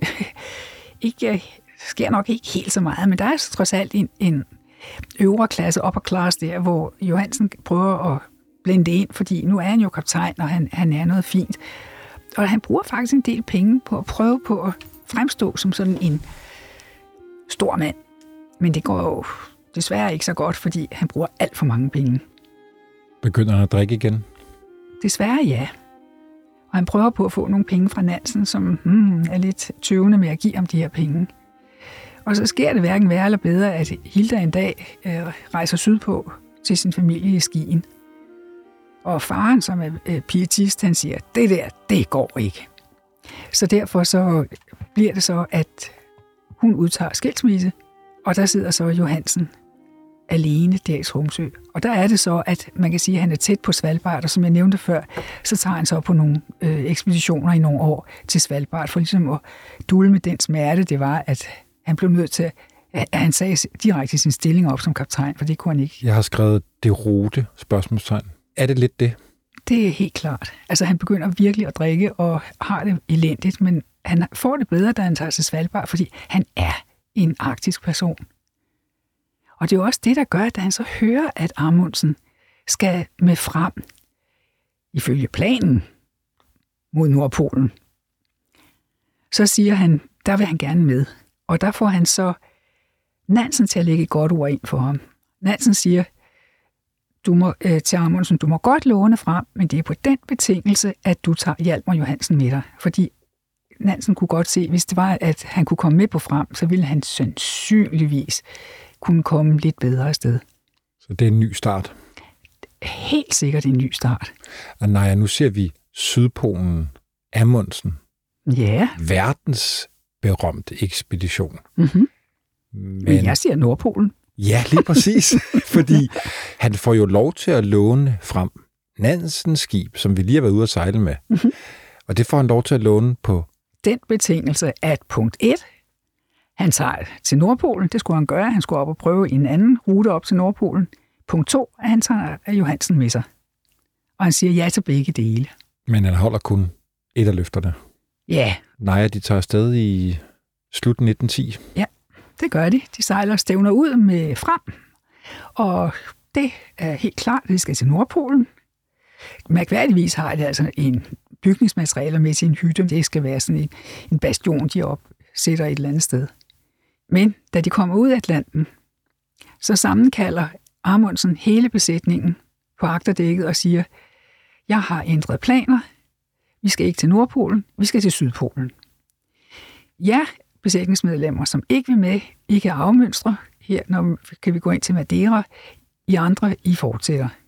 sker nok ikke helt så meget, men der er trods alt en øvre klasse, upper class der, hvor Johansen prøver at blende ind, fordi nu er han jo kaptajn, og han er noget fint. Og han bruger faktisk en del penge på at prøve på at fremstå som sådan en stor mand. Men det går jo desværre ikke så godt, fordi han bruger alt for mange penge. Begynder han at drikke igen? Desværre ja. Og han prøver på at få nogle penge fra Nansen, som er lidt tøvende med at give ham de her penge. Og så sker det hverken værre eller bedre, at Hilda en dag rejser sydpå til sin familie i Skien. Og faren, som er pietist, han siger, det går ikke. Så derfor så bliver det så, at hun udtager skilsmisse, og der sidder så Johansen alene der i Tromsø. Og der er det så, at man kan sige, at han er tæt på Svalbard, og som jeg nævnte før, så tager han så på nogle ekspeditioner i nogle år til Svalbard, for ligesom at dulme den smerte, det var, at han blev nødt til, at han sagde direkte sin stilling op som kaptajn, for det kunne han ikke. Jeg har skrevet det rute spørgsmålstegn. Er det lidt det? Det er helt klart. Altså han begynder virkelig at drikke og har det elendigt, men han får det bedre, da han tager til Svalbard, fordi han er en arktisk person. Og det er jo også det, der gør, at han så hører, at Amundsen skal med frem, ifølge planen, mod Nordpolen. Så siger han, der vil han gerne med. Og der får han så Nansen til at lægge et godt ord ind for ham. Nansen siger til Amundsen, du må godt låne frem, men det er på den betingelse, at du tager Hjalmar Johansen med dig. Fordi Nansen kunne godt se, hvis det var, at han kunne komme med på frem, så ville han sandsynligvis kunne komme lidt bedre afsted. Så det er en ny start? Helt sikkert en ny start. Og nej, nu ser vi Sydpolen, Amundsen. Ja. Verdens berømte ekspedition. Mm-hmm. Men jeg siger Nordpolen. Ja, lige præcis. Fordi han får jo lov til at låne frem Nansens skib, som vi lige har været ude at sejle med. Mm-hmm. Og det får han lov til at låne på den betingelse, at punkt 1, han tager til Nordpolen. Det skulle han gøre. Han skulle op og prøve en anden rute op til Nordpolen. Punkt 2, at han tager Johansen med sig. Og han siger ja til begge dele. Men han holder kun et af løfterne. Ja. Nej, de tager afsted i slut 1910. Ja, det gør de. De sejler stævner ud med frem. Og det er helt klart, at de skal til Nordpolen. Mærkværdigvis har de altså en bygningsmaterialer med til en hytte. Det skal være sådan en bastion, de opsætter et eller andet sted. Men da de kommer ud af Atlanten, så sammenkalder Amundsen hele besætningen på agterdækket og siger, jeg har ændret planer. Vi skal ikke til Nordpolen, vi skal til Sydpolen. Ja, besætningsmedlemmer, som ikke vil med, I kan afmønstre. Her kan vi gå ind til Madeira. I andre, I fortsætter.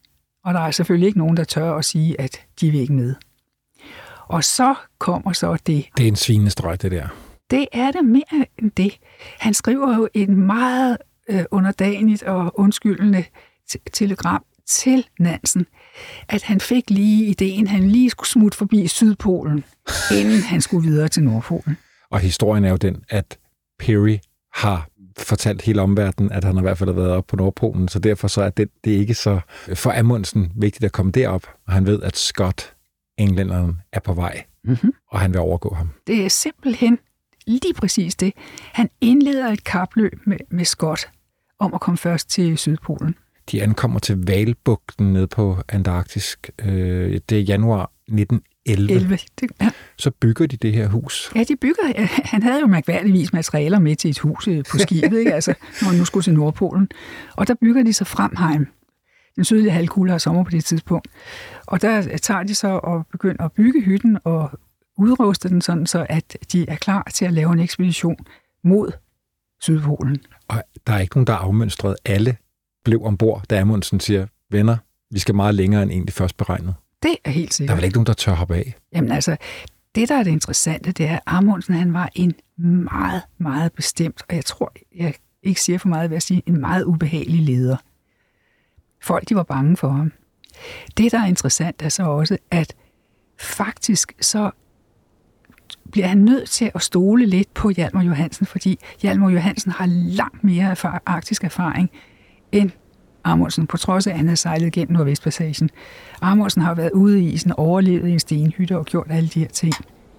Og der er selvfølgelig ikke nogen, der tør at sige, at de vil ikke med. Og så kommer så det. Det er en svinestrøg, det der. Det er det mere end det. Han skriver jo et meget underdanigt og undskyldende telegram til Nansen, at han fik lige ideen, han lige skulle smutte forbi Sydpolen, inden han skulle videre til Nordpolen. Og historien er jo den, at Peary har fortalt hele omverdenen, at han i hvert fald har været oppe på Nordpolen, så derfor så er det ikke så for Amundsen vigtigt at komme derop, og han ved, at Scott, englænderen, er på vej, og han vil overgå ham. Det er simpelthen lige præcis det. Han indleder et kapløb med Scott om at komme først til Sydpolen. De ankommer til Hvalbugten nede på Antarktis. Det er januar 1911. Ja. Så bygger de det her hus. Ja, de bygger. Han havde jo mærkværdigvis materialer med til et hus på skibet, ikke? Altså, når han nu skulle til Nordpolen. Og der bygger de så Framheim. Den sydlige halvkugle har sommer på det tidspunkt. Og der tager de så og begynder at bygge hytten og udruste den sådan, så at de er klar til at lave en ekspedition mod Sydpolen. Og der er ikke nogen, der er afmønstret. Alle blev ombord, da Amundsen siger, venner, vi skal meget længere end egentlig først beregnet. Det er helt sikkert. Der er vel ikke nogen, der tør hoppe af? Jamen altså, det der er det interessante, det er, at Amundsen han var en meget, meget bestemt, og jeg tror, jeg ikke siger for meget ved at sige, en meget ubehagelig leder. Folk, de var bange for ham. Det, der er interessant, er så også, at faktisk så bliver han nødt til at stole lidt på Hjalmar Johansen, fordi Hjalmar Johansen har langt mere arktisk erfaring end Amundsen, på trods af, at han havde sejlet gennem Nordvestpassagen. Amundsen har været ude i isen, overlevet i en stenhytte og gjort alle de her ting.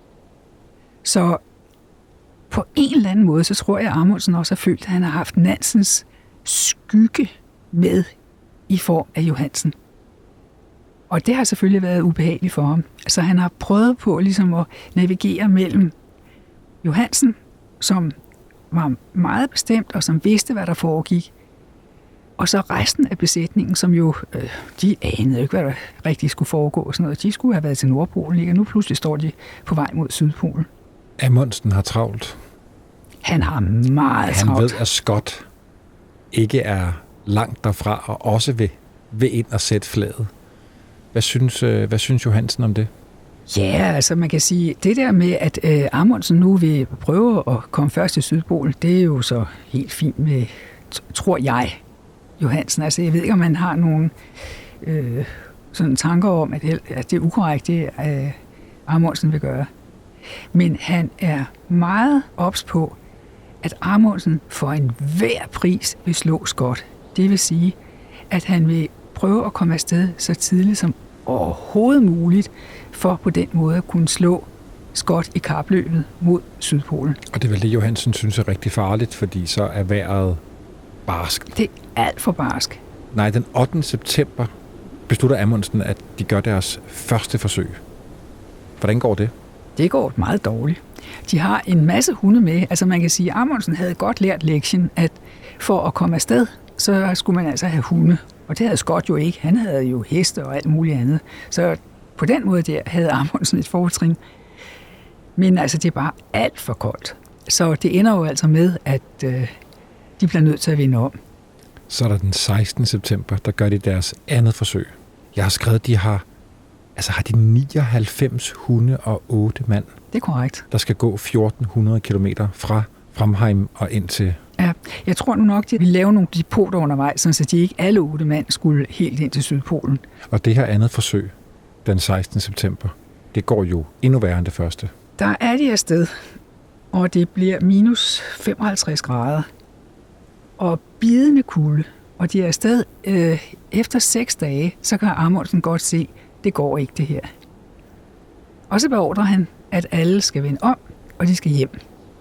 Så på en eller anden måde, så tror jeg, at Amundsen også har følt, at han har haft Nansens skygge med i form af Johansen. Og det har selvfølgelig været ubehageligt for ham. Altså han har prøvet på ligesom at navigere mellem Johansen, som var meget bestemt og som vidste, hvad der foregik, og så resten af besætningen, som jo, de anede ikke, hvad der rigtig skulle foregå og sådan noget. De skulle have været til Nordpolen, ikke? Og nu pludselig står de på vej mod Sydpolen. Amundsen har travlt. Han har meget travlt. Han ved, at Scott ikke er langt derfra, og også vil ind og sætte flaget. Hvad synes Johansen om det? Ja, altså man kan sige, det der med, at Amundsen nu vil prøve at komme først til Sydpolen, det er jo så helt fint med, tror jeg, Johansen. Altså jeg ved ikke, om man har nogle sådan tanker om, at det er ukorrekt, det Amundsen vil gøre. Men han er meget ops på, at Amundsen for enhver pris vil slå Scott. Det vil sige, at han vil prøve at komme afsted så tidligt som overhovedet muligt, for på den måde at kunne slå Scott i kapløbet mod Sydpolen. Og det er vel det, Johansen synes er rigtig farligt, fordi så er vejret barsk. Det er alt for barsk. Nej, den 8. september beslutter Amundsen, at de gør deres første forsøg. Hvordan går det? Det går meget dårligt. De har en masse hunde med. Altså man kan sige, at Amundsen havde godt lært lektien, at for at komme afsted, så skulle man altså have hunde. Og det havde Scott jo ikke. Han havde jo heste og alt muligt andet. Så på den måde der havde Amundsen et fortrin. Men altså, det er bare alt for koldt. Så det ender jo altså med, at de bliver nødt til at vinde om. Så er der den 16. september, der gør de deres andet forsøg. Jeg har skrevet, de har de 99 hunde og 8 mand. Det er korrekt. Der skal gå 1400 kilometer fra Framheim og ind til... Ja, jeg tror nu nok, at de vil lave nogle depoter undervejs, så de ikke alle 8 mand skulle helt ind til Sydpolen. Og det her andet forsøg, den 16. september, det går jo endnu værre end det første. Der er de afsted, og det bliver minus 55 grader og bidende kulde. Og de er afsted efter 6 dage, så kan Amundsen godt se, det går ikke det her. Og så beordrer han, at alle skal vende om, og de skal hjem.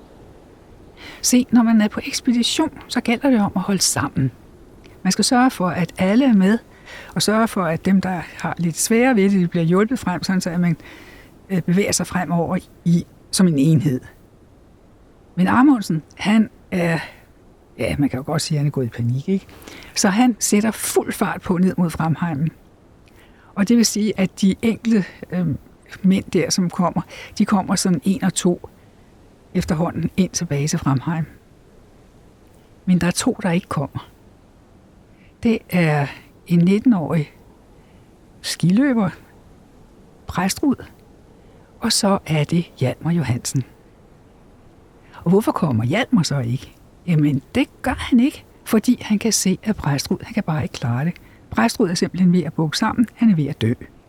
Se, når man er på ekspedition, så gælder det om at holde sammen. Man skal sørge for, at alle er med, og sørge for, at dem, der har lidt sværere ved det, de bliver hjulpet frem, sådan så at man bevæger sig fremover som en enhed. Men Amundsen, han er, ja, man kan jo godt sige, at han er gået i panik, ikke? Så han sætter fuld fart på ned mod Framheim. Og det vil sige, at de enkelte mænd der, som kommer, de kommer sådan 1 og 2 efterhånden ind tilbage til Framheim. Men der er 2, der ikke kommer. Det er en 19-årig skiløber, Præstrud, og så er det Hjalmar Johansen. Og hvorfor kommer Hjalmar så ikke? Jamen, det gør han ikke, fordi han kan se, at Præstrud, han kan bare ikke klare det. Præstrud er simpelthen ved at bukke sammen, han er ved at dø.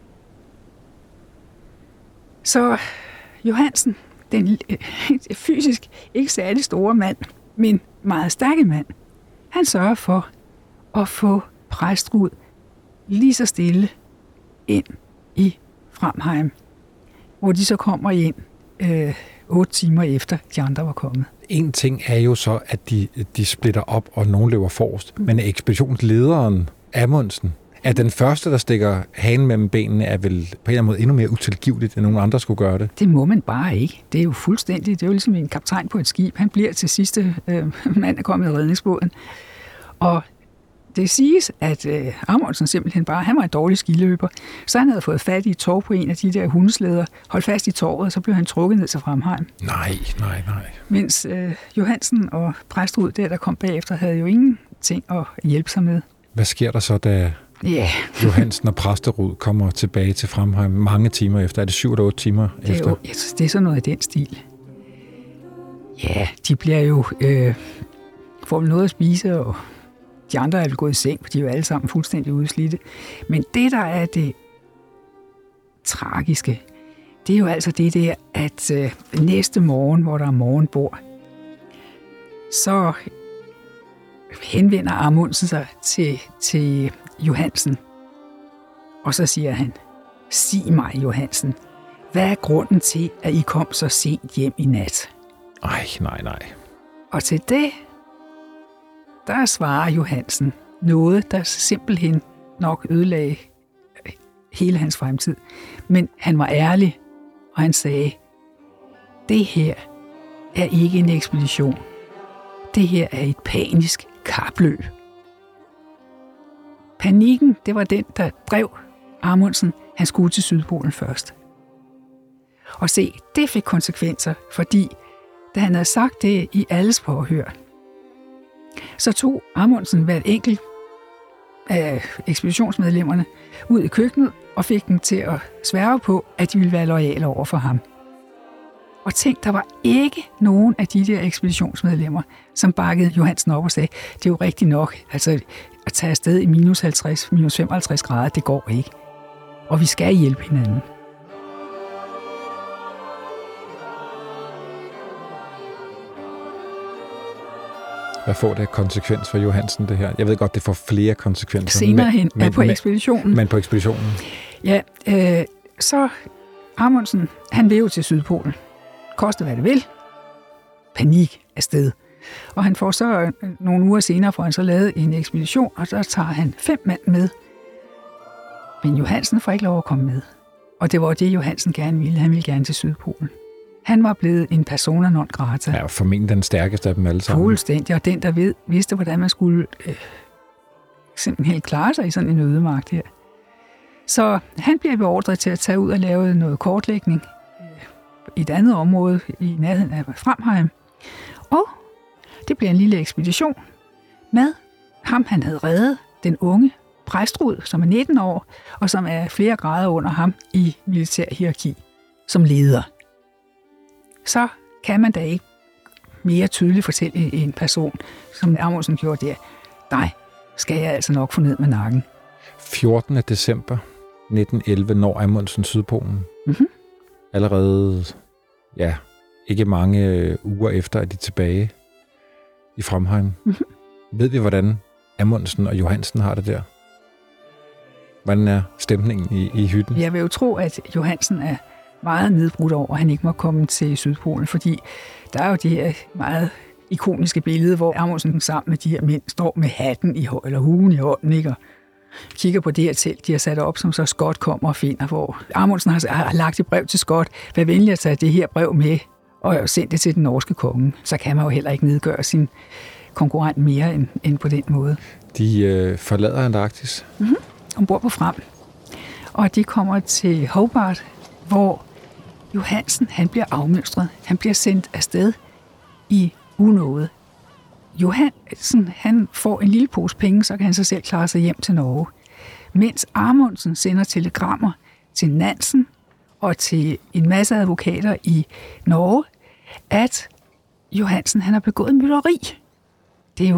Så Johansen, den fysisk ikke særlig store mand, men meget stærke mand, han sørger for at få Præstrud lige så stille ind i Framheim, hvor de så kommer ind 8 timer efter de andre var kommet. En ting er jo så, at de splitter op, og nogen løber forrest, men ekspeditionslederen Amundsen er den første, der stikker hagen mellem benene, er vel på en eller anden måde endnu mere utilgiveligt, end nogen andre skulle gøre det. Det må man bare ikke. Det er jo fuldstændig, det er jo ligesom en kaptajn på et skib. Han bliver til sidste mand, der kommer i redningsbåden. Og det siges, at Amundsen simpelthen bare, han var en dårlig skiløber, så han havde fået fat i et tov på en af de der hundeslæder, holdt fast i tovet, og så blev han trukket ned til Framheim. Nej. Mens Johansen og Præstrud, der kom bagefter, havde jo ingenting at hjælpe sig med. Hvad sker der så, da Johansen og Præstrud kommer tilbage til Framheim mange timer efter? Er det 7 eller 8 timer efter? Det er sådan noget af den stil. Ja, de bliver jo får noget at spise, og de andre er vel gået i seng, for de er jo alle sammen fuldstændig udslidte. Men det, der er det tragiske, det er jo altså det der, at næste morgen, hvor der er morgenbord, så henvender Amundsen sig til Johansen, og så siger han, sig mig, Johansen, hvad er grunden til, at I kom så sent hjem i nat? Nej. Og til det, der svarer Johansen noget, der simpelthen nok ødelagde hele hans fremtid. Men han var ærlig, og han sagde, det her er ikke en ekspedition. Det her er et panisk kapløb. Panikken, det var den, der drev Amundsen. Han skulle til Sydpolen først. Og se, det fik konsekvenser, fordi da han havde sagt det i alles påhør, så tog Amundsen hvert enkelt af ekspeditionsmedlemmerne ud i køkkenet og fik dem til at sværge på, at de ville være loyale over for ham. Og tænk, der var ikke nogen af de der ekspeditionsmedlemmer, som bakkede Johansen op og sagde, det er jo rigtigt nok, altså at tage afsted i minus 50, minus 55 grader, det går ikke. Og vi skal hjælpe hinanden. Hvad får det konsekvens for Johansen, det her? Jeg ved godt, det får flere konsekvenser. Senere hen, på ekspeditionen. Men på ekspeditionen? Ja, så Amundsen, han vil jo til Sydpolen. Koste hvad det vil. Panik afsted. Og han får så nogle uger senere, får han så lavet en ekspedition, og så tager han 5 mand med. Men Johansen får ikke lov at komme med. Og det var det, Johansen gerne ville. Han ville gerne til Sydpolen. Han var blevet en persona non grata. Ja, formentlig den stærkeste af dem alle sammen. Fuldstændig, og den, der vidste, hvordan man skulle simpelthen klare sig i sådan en ødemark her. Så han bliver beordret til at tage ud og lave noget kortlægning i et andet område i nærheden af Framheim. Og det bliver en lille ekspedition med ham, han havde reddet, den unge Præstrud, som er 19 år, og som er flere grader under ham i militærhierarki som leder. Så kan man da ikke mere tydeligt fortælle en person, som Amundsen gjorde der, nej, skal jeg altså nok få ned med nakken. 14. december 1911 når Amundsen Sydpolen. Mm-hmm. Allerede, ikke mange uger efter, at de er tilbage i Framheim. Mm-hmm. Ved vi, hvordan Amundsen og Johansen har det der? Hvordan er stemningen i hytten? Jeg vil jo tro, at Johansen er meget nedbrudt over, at han ikke må komme til Sydpolen, fordi der er jo det her meget ikoniske billede, hvor Amundsen sammen med de her mænd står med hatten eller huen i hånden, ikke? Og kigger på det her telt, de har sat op, som så Scott kommer og finder, hvor Amundsen har lagt et brev til Scott, vær venlig at tage det her brev med og sende det til den norske konge. Så kan man jo heller ikke nedgøre sin konkurrent mere end på den måde. De forlader Antarktis? Mm-hmm. Ombord på Fram. Og de kommer til Hobart, hvor Johansen, han bliver afmønstret. Han bliver sendt afsted i unåde. Johansen, han får en lille pose penge, så kan han sig selv klare sig hjem til Norge. mens Amundsen sender telegrammer til Nansen og til en masse advokater i Norge, at Johansen han har begået mytteri. Det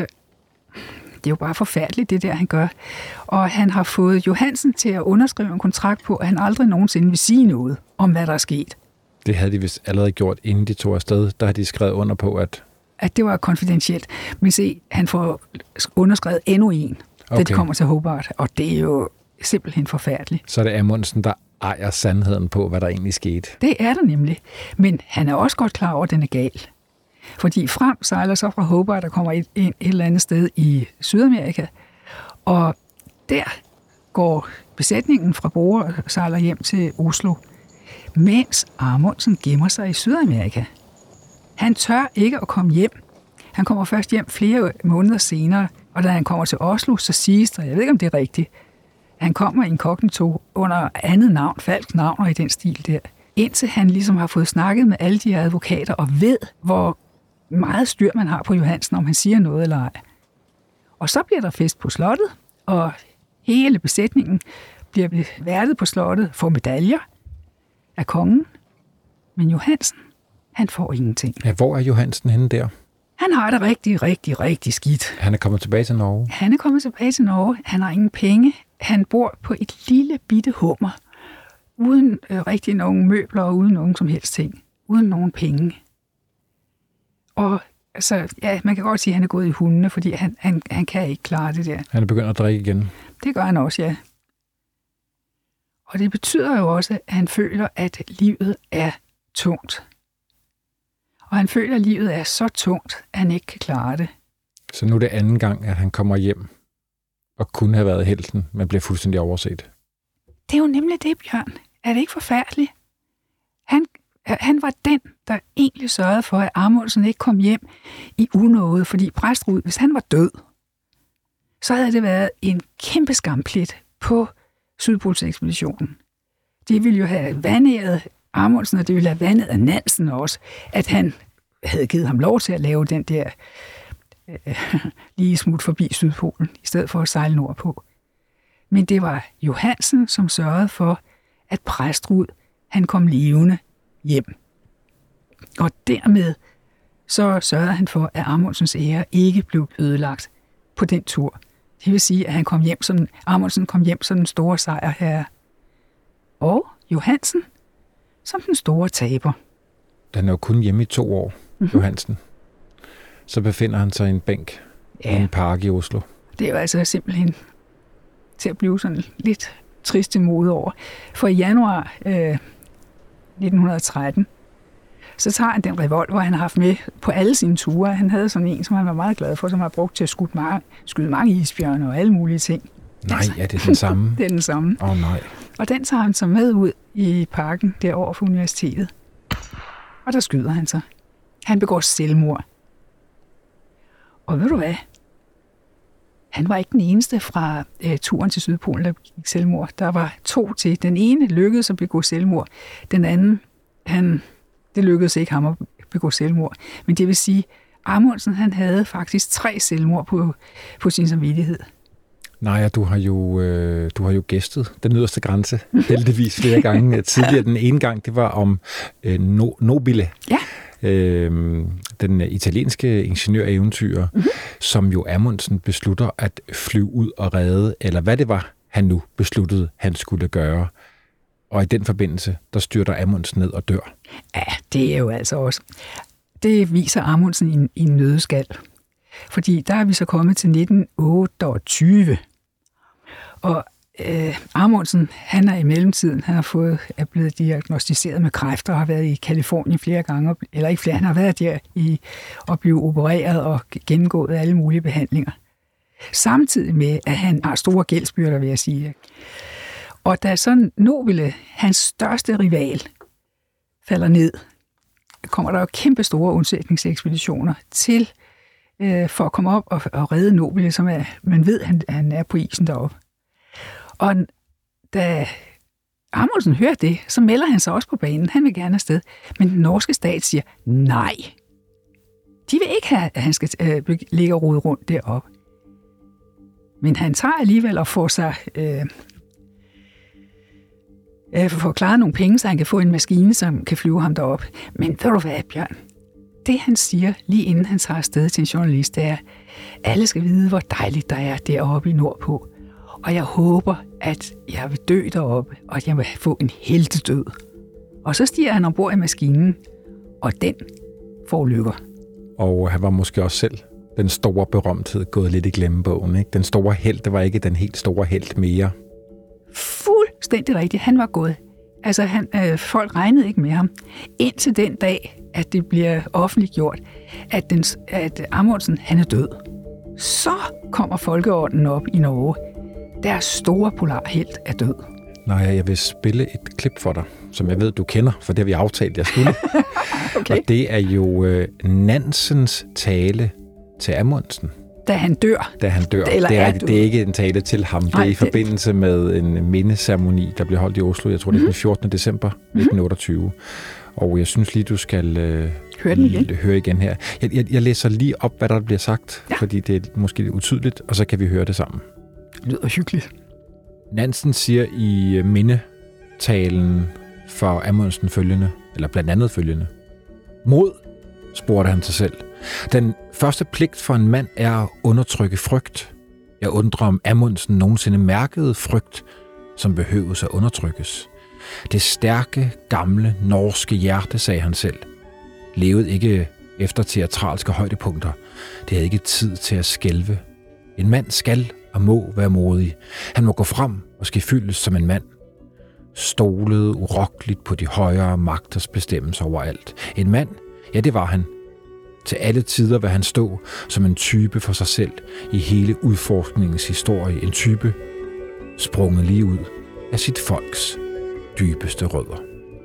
er jo bare forfærdeligt, det der, han gør. Og han har fået Johansen til at underskrive en kontrakt på, at han aldrig nogensinde vil sige noget om, hvad der er sket. Det havde de vist allerede gjort, inden de tog afsted. Der har de skrevet under på, at det var konfidentielt. Men se, han får underskrevet endnu en, da de kommer til Hobart. Og det er jo simpelthen forfærdeligt. Så er det Amundsen, der ejer sandheden på, hvad der egentlig skete. Det er der nemlig. Men han er også godt klar over, at den er gal. Fordi frem sejler så fra Hobart, der kommer et eller andet sted i Sydamerika. Og der går besætningen fra Borre og sejler hjem til Oslo. Mens Amundsen gemmer sig i Sydamerika. Han tør ikke at komme hjem. Han kommer først hjem flere måneder senere, og da han kommer til Oslo, så siges der, jeg ved ikke om det er rigtigt, han kommer inkognito under andet navn, falsk navn og i den stil der. Indtil han ligesom har fået snakket med alle de her advokater og ved, hvor meget styr man har på Johansen, om han siger noget eller ej. Og så bliver der fest på slottet, og hele besætningen bliver værtet på slottet, får medaljer af kongen. Men Johansen, han får ingenting. Ja, hvor er Johansen henne der? Han har det rigtig, rigtig, rigtig skidt. Han er kommet tilbage til Norge? Han er kommet tilbage til Norge. Han har ingen penge. Han bor på et lille bitte hummer. Uden rigtig nogen møbler og uden nogen som helst ting. Uden nogen penge. Og altså, ja, man kan godt sige, at han er gået i hundene, fordi han kan ikke klare det der. Han er begyndt at drikke igen? Det gør han også, ja. Og det betyder jo også, at han føler, at livet er tungt. Og han føler, at livet er så tungt, at han ikke kan klare det. Så nu er det anden gang, at han kommer hjem og kunne have været helten, men bliver fuldstændig overset. Det er jo nemlig det, Bjørn. Er det ikke forfærdeligt? Han var den, der egentlig sørgede for, at Amundsen ikke kom hjem i unåde, fordi Prestrud, hvis han var død, så havde det været en kæmpe skamplet på Sydpolsekspeditionen. De ville jo have vandæret Amundsen, og det ville have vandet af Nansen også, at han havde givet ham lov til at lave den der lige smut forbi Sydpolen, i stedet for at sejle nordpå. Men det var Johansen, som sørgede for, at Prestrud, han kom levende hjem. Og dermed så sørgede han for, at Amundsens ære ikke blev ødelagt på den tur. Det vil sige, at Amundsen kom hjem som den store sejrherre. Og Johansen som den store taber. Han er jo kun hjemme i 2 år, Johansen. Så befinder han sig i en bænk i en park i Oslo. Det er jo altså simpelthen til at blive sådan lidt trist i mode over. For i januar 1913, så tager han den revolver, han har haft med på alle sine ture. Han havde sådan en, som han var meget glad for, som han har brugt til at skyde mange isbjørne og alle mulige ting. Nej, er det den samme? Det er den samme. Nej. Og den tager han så med ud i parken derovre for universitetet. Og der skyder han sig. Han begår selvmord. Og ved du hvad? Han var ikke den eneste fra turen til Sydpolen, der gik selvmord. Der var 2 til. Den ene lykkedes at begå selvmord. Den anden, det lykkedes ikke ham at begå selvmord. Men det vil sige, Amundsen han havde faktisk 3 selvmord på sin samvittighed. Nej, du har jo gæstet den yderste grænse, heldigvis flere gange. Tidligere den ene gang, det var om Nobile. Ja. Den italienske ingeniør-eventyrer, som jo Amundsen beslutter at flyve ud og redde, eller hvad det var, han nu besluttede, han skulle gøre. Og i den forbindelse, der styrter Amundsen ned og dør. Ja, det er jo altså også. Det viser Amundsen i en nødskal. Fordi der er vi så kommet til 1928. Og Amundsen, han er i mellemtiden, han er blevet diagnosticeret med kræft og har været i Californien flere gange, eller ikke flere, han har været der og blive opereret og gennemgået alle mulige behandlinger. Samtidig med, at han har store gældsbyrder, vil jeg sige. Og da så Nobile, hans største rival, falder ned, kommer der jo kæmpe store undsætningsekspeditioner til for at komme op og redde Nobile, som man ved, han er på isen deroppe. Og da Amundsen hører det, så melder han sig også på banen. Han vil gerne afsted. Men den norske stat siger, nej. De vil ikke have, at han skal ligge og rode rundt deroppe. Men han tager alligevel og får sig får klaret nogle penge, så han kan få en maskine, som kan flyve ham derop. Men ved du hvad, Bjørn? Det han siger, lige inden han tager afsted til en journalist, det er, alle skal vide, hvor dejligt der er deroppe i nordpå. Og jeg håber, at jeg vil dø deroppe, og at jeg vil få en heltedød. Og så stiger han ombord i maskinen, og den får lykker. Og han var måske også selv den store berømthed gået lidt i glemmebogen, ikke? Den store helt, det var ikke den helt store helt mere. Fuldstændig rigtigt. Han var gået. Altså, folk regnede ikke med ham. Indtil den dag, at det bliver offentliggjort, at Amundsen, han er død. Så kommer folkeordenen op i Norge. Deres store polarhelt er død. Nej, jeg vil spille et klip for dig, som jeg ved, du kender, for det har vi aftalt, jeg skulle. Okay. Og det er jo Nansens tale til Amundsen. Da han dør. Det er ikke en tale til ham. Nej, det er i forbindelse med en mindeceremoni, der blev holdt i Oslo. Jeg tror, det er den 14. december 1928. Og jeg synes lige, du skal høre igen her. Jeg læser lige op, hvad der bliver sagt, fordi det er måske lidt utydeligt, og så kan vi høre det sammen. Det lyder hyggeligt. Nansen siger i mindetalen for Amundsen følgende, eller blandt andet følgende. Mod, spurgte han sig selv. Den første pligt for en mand er at undertrykke frygt. Jeg undrer, om Amundsen nogensinde mærkede frygt, som behøves at undertrykkes. Det stærke, gamle, norske hjerte, sagde han selv, levede ikke efter teatralske højdepunkter. Det havde ikke tid til at skælve. En mand skal og må være modig. Han må gå frem og ske fyldes som en mand. Stolede urokkeligt på de højere magters bestemmelse overalt. En mand, ja, det var han. Til alle tider vil han stå som en type for sig selv i hele udforskningens historie. En type sprunget lige ud af sit folks dybeste rødder.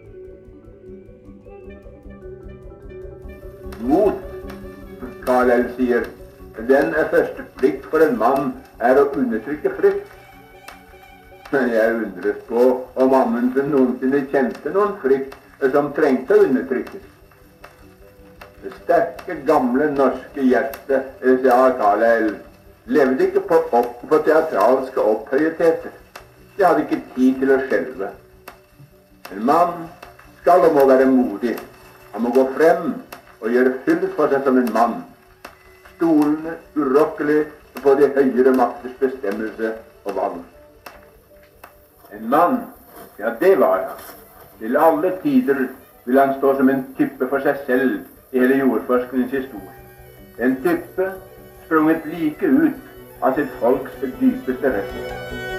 Mod, Carlyle siger, den første pligt for en mand at undertrykke frygt. Men jeg undres på, om Amundsen nogensinde kjente noen frykt som trengte å undertrykkes. Det sterke, gamle norske hjertet, sa Carlyle, levde ikke på teatralske opphøyetheter. Det hadde ikke tid til å skjelve. En mann skal og må være modig. Han må gå frem og gjøre fyll for seg som en mann. Stolende, urokkelig på de høyere makters bestemmelse og valg. En mann, ja det var han. Til alle tider vil han stå som en type for seg selv i hele jordforskningens historie. En type sprunget like ut av sitt folks dypeste rett.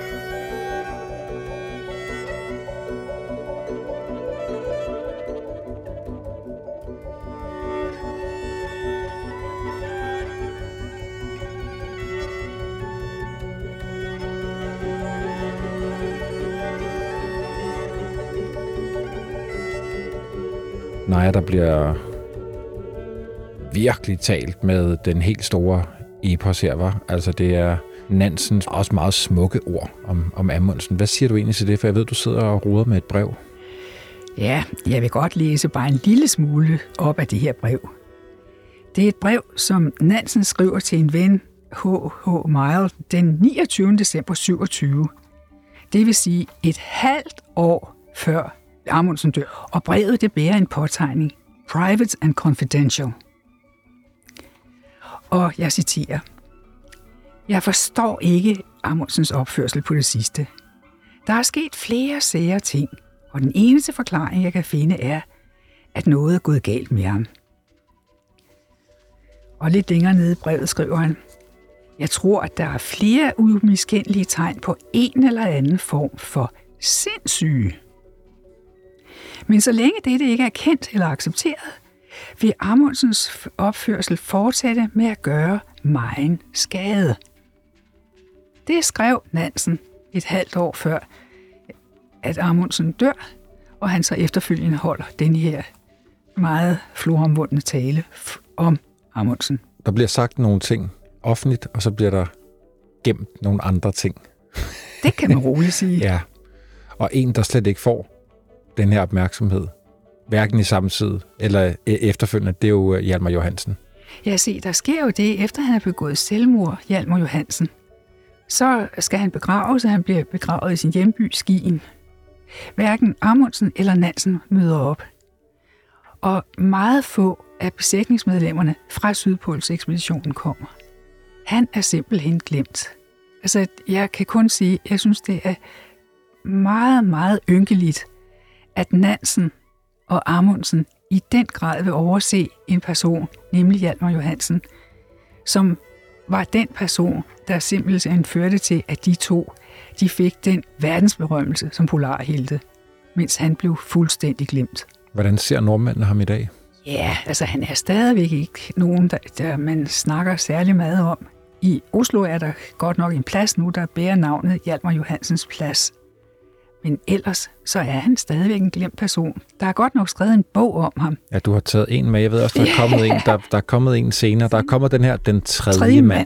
Nej, der bliver virkelig talt med den helt store epos her, var. Altså det er Nansens også meget smukke ord om Amundsen. Hvad siger du egentlig til det? For jeg ved, du sidder og roder med et brev. Ja, jeg vil godt læse bare en lille smule op af det her brev. Det er et brev, som Nansen skriver til en ven, H.H. Mile, den 29. december 27. Det vil sige et halvt år før Amundsen dør. Og brevet det bærer en påtegning. Private and confidential. Og jeg citerer. Jeg forstår ikke Amundsens opførsel på det sidste. Der er sket flere sære ting, og den eneste forklaring, jeg kan finde, er, at noget er gået galt med ham. Og lidt længere nede i brevet skriver han, jeg tror, at der er flere umiskendelige tegn på en eller anden form for sindssyge. Men så længe dette ikke er kendt eller accepteret, vil Amundsens opførsel fortsætte med at gøre megen skade. Det skrev Nansen et halvt år før, at Amundsen dør, og han så efterfølgende holder den her meget floromvundne tale om Amundsen. Der bliver sagt nogle ting offentligt, og så bliver der gemt nogle andre ting. Det kan man roligt sige. Ja, og en, der slet ikke får den her opmærksomhed, hverken i samtid eller efterfølgende, det er jo Hjalmar Johansen. Ja, se, der sker jo det, efter han har begået selvmord, Hjalmar Johansen, Så skal han begraves, og han bliver begravet i sin hjemby Skien. Hverken Amundsen eller Nansen møder op. Og meget få af besætningsmedlemmerne fra Sydpolsekspeditionen kommer. Han er simpelthen glemt. Altså, jeg kan kun sige, at jeg synes, det er meget, meget ynkeligt, at Nansen og Amundsen i den grad vil overse en person, nemlig Hjalmar Johansen, som var den person, der simpelthen førte til, at de to de fik den verdensberømmelse som polarhelte, mens han blev fuldstændig glemt. Hvordan ser nordmændene ham i dag? Ja, altså han er stadigvæk ikke nogen, der man snakker særlig meget om. I Oslo er der godt nok en plads nu, der bærer navnet Hjalmar Johansens plads. Men ellers så er han stadigvæk en glemt person. Der er godt nok skrevet en bog om ham. Ja, du har taget en med. Jeg ved også, der er kommet en, der er kommet en senere. Der er kommet den her, Den tredje mand.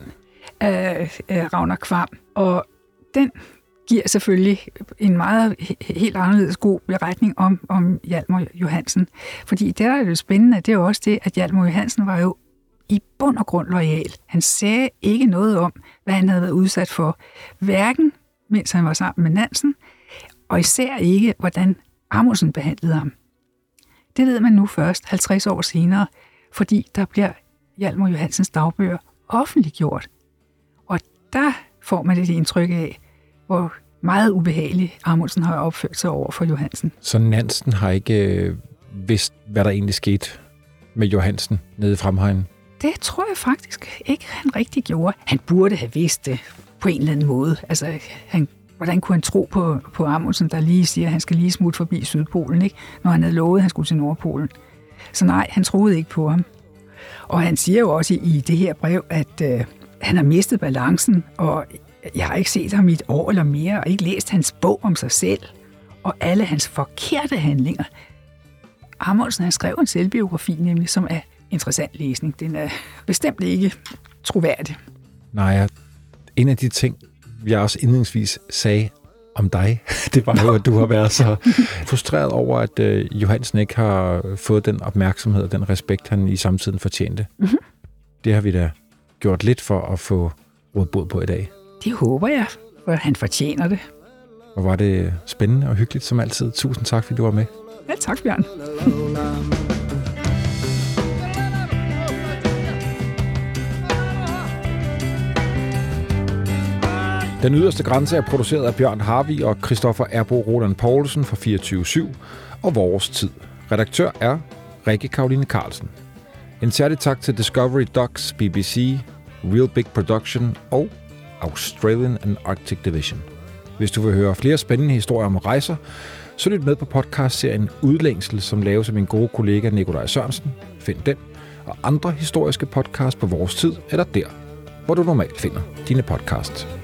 Ragnar Kvam. Og den giver selvfølgelig en meget helt anderledes god beretning om Hjalmar Johansen. Fordi det, der er det spændende, det er jo også det, at Hjalmar Johansen var jo i bund og grund loyal. Han sagde ikke noget om, hvad han havde været udsat for. Hverken mens han var sammen med Nansen, og især ikke, hvordan Amundsen behandlede ham. Det ved man nu først 50 år senere, fordi der bliver Hjalmar Johansens dagbøger offentliggjort. Og der får man det indtryk af, hvor meget ubehageligt Amundsen har opført sig over for Johansen. Så Nansen har ikke vidst, hvad der egentlig skete med Johansen nede i Framheim? Det tror jeg faktisk ikke, han rigtig gjorde. Han burde have vidst det på en eller anden måde. Altså, hvordan kunne han tro på Amundsen, der lige siger, at han skal lige smutte forbi Sydpolen, ikke? Når han havde lovet, at han skulle til Nordpolen. Så nej, han troede ikke på ham. Og han siger jo også i det her brev, at han har mistet balancen, og jeg har ikke set ham i et år eller mere, og ikke læst hans bog om sig selv, og alle hans forkerte handlinger. Amundsen, han skrev en selvbiografi, nemlig, som er interessant læsning. Den er bestemt ikke troværdig. Nej, en af de ting, jeg også indledningsvis sagde om dig, det var jo, at du har været så frustreret over, at Johansen ikke har fået den opmærksomhed og den respekt, han i samtiden fortjente. Mm-hmm. Det har vi da gjort lidt for at få råd bod på i dag. Det håber jeg, for han fortjener det. Og var det spændende og hyggeligt som altid. Tusind tak, fordi du var med. Ja, tak, Bjørn. Den yderste grænse er produceret af Bjørn Harvig og Christoffer Erbo Roland Poulsen fra 24/7 og Vores Tid. Redaktør er Rikke Karoline Carlsen. En særlig tak til Discovery Docs, BBC, Real Big Production og Australian and Arctic Division. Hvis du vil høre flere spændende historier om rejser, så lyt med på podcastserien Udlængsel, som laves af min gode kollega Nikolaj Sørensen. Find den og andre historiske podcasts på Vores Tid eller der, hvor du normalt finder dine podcasts.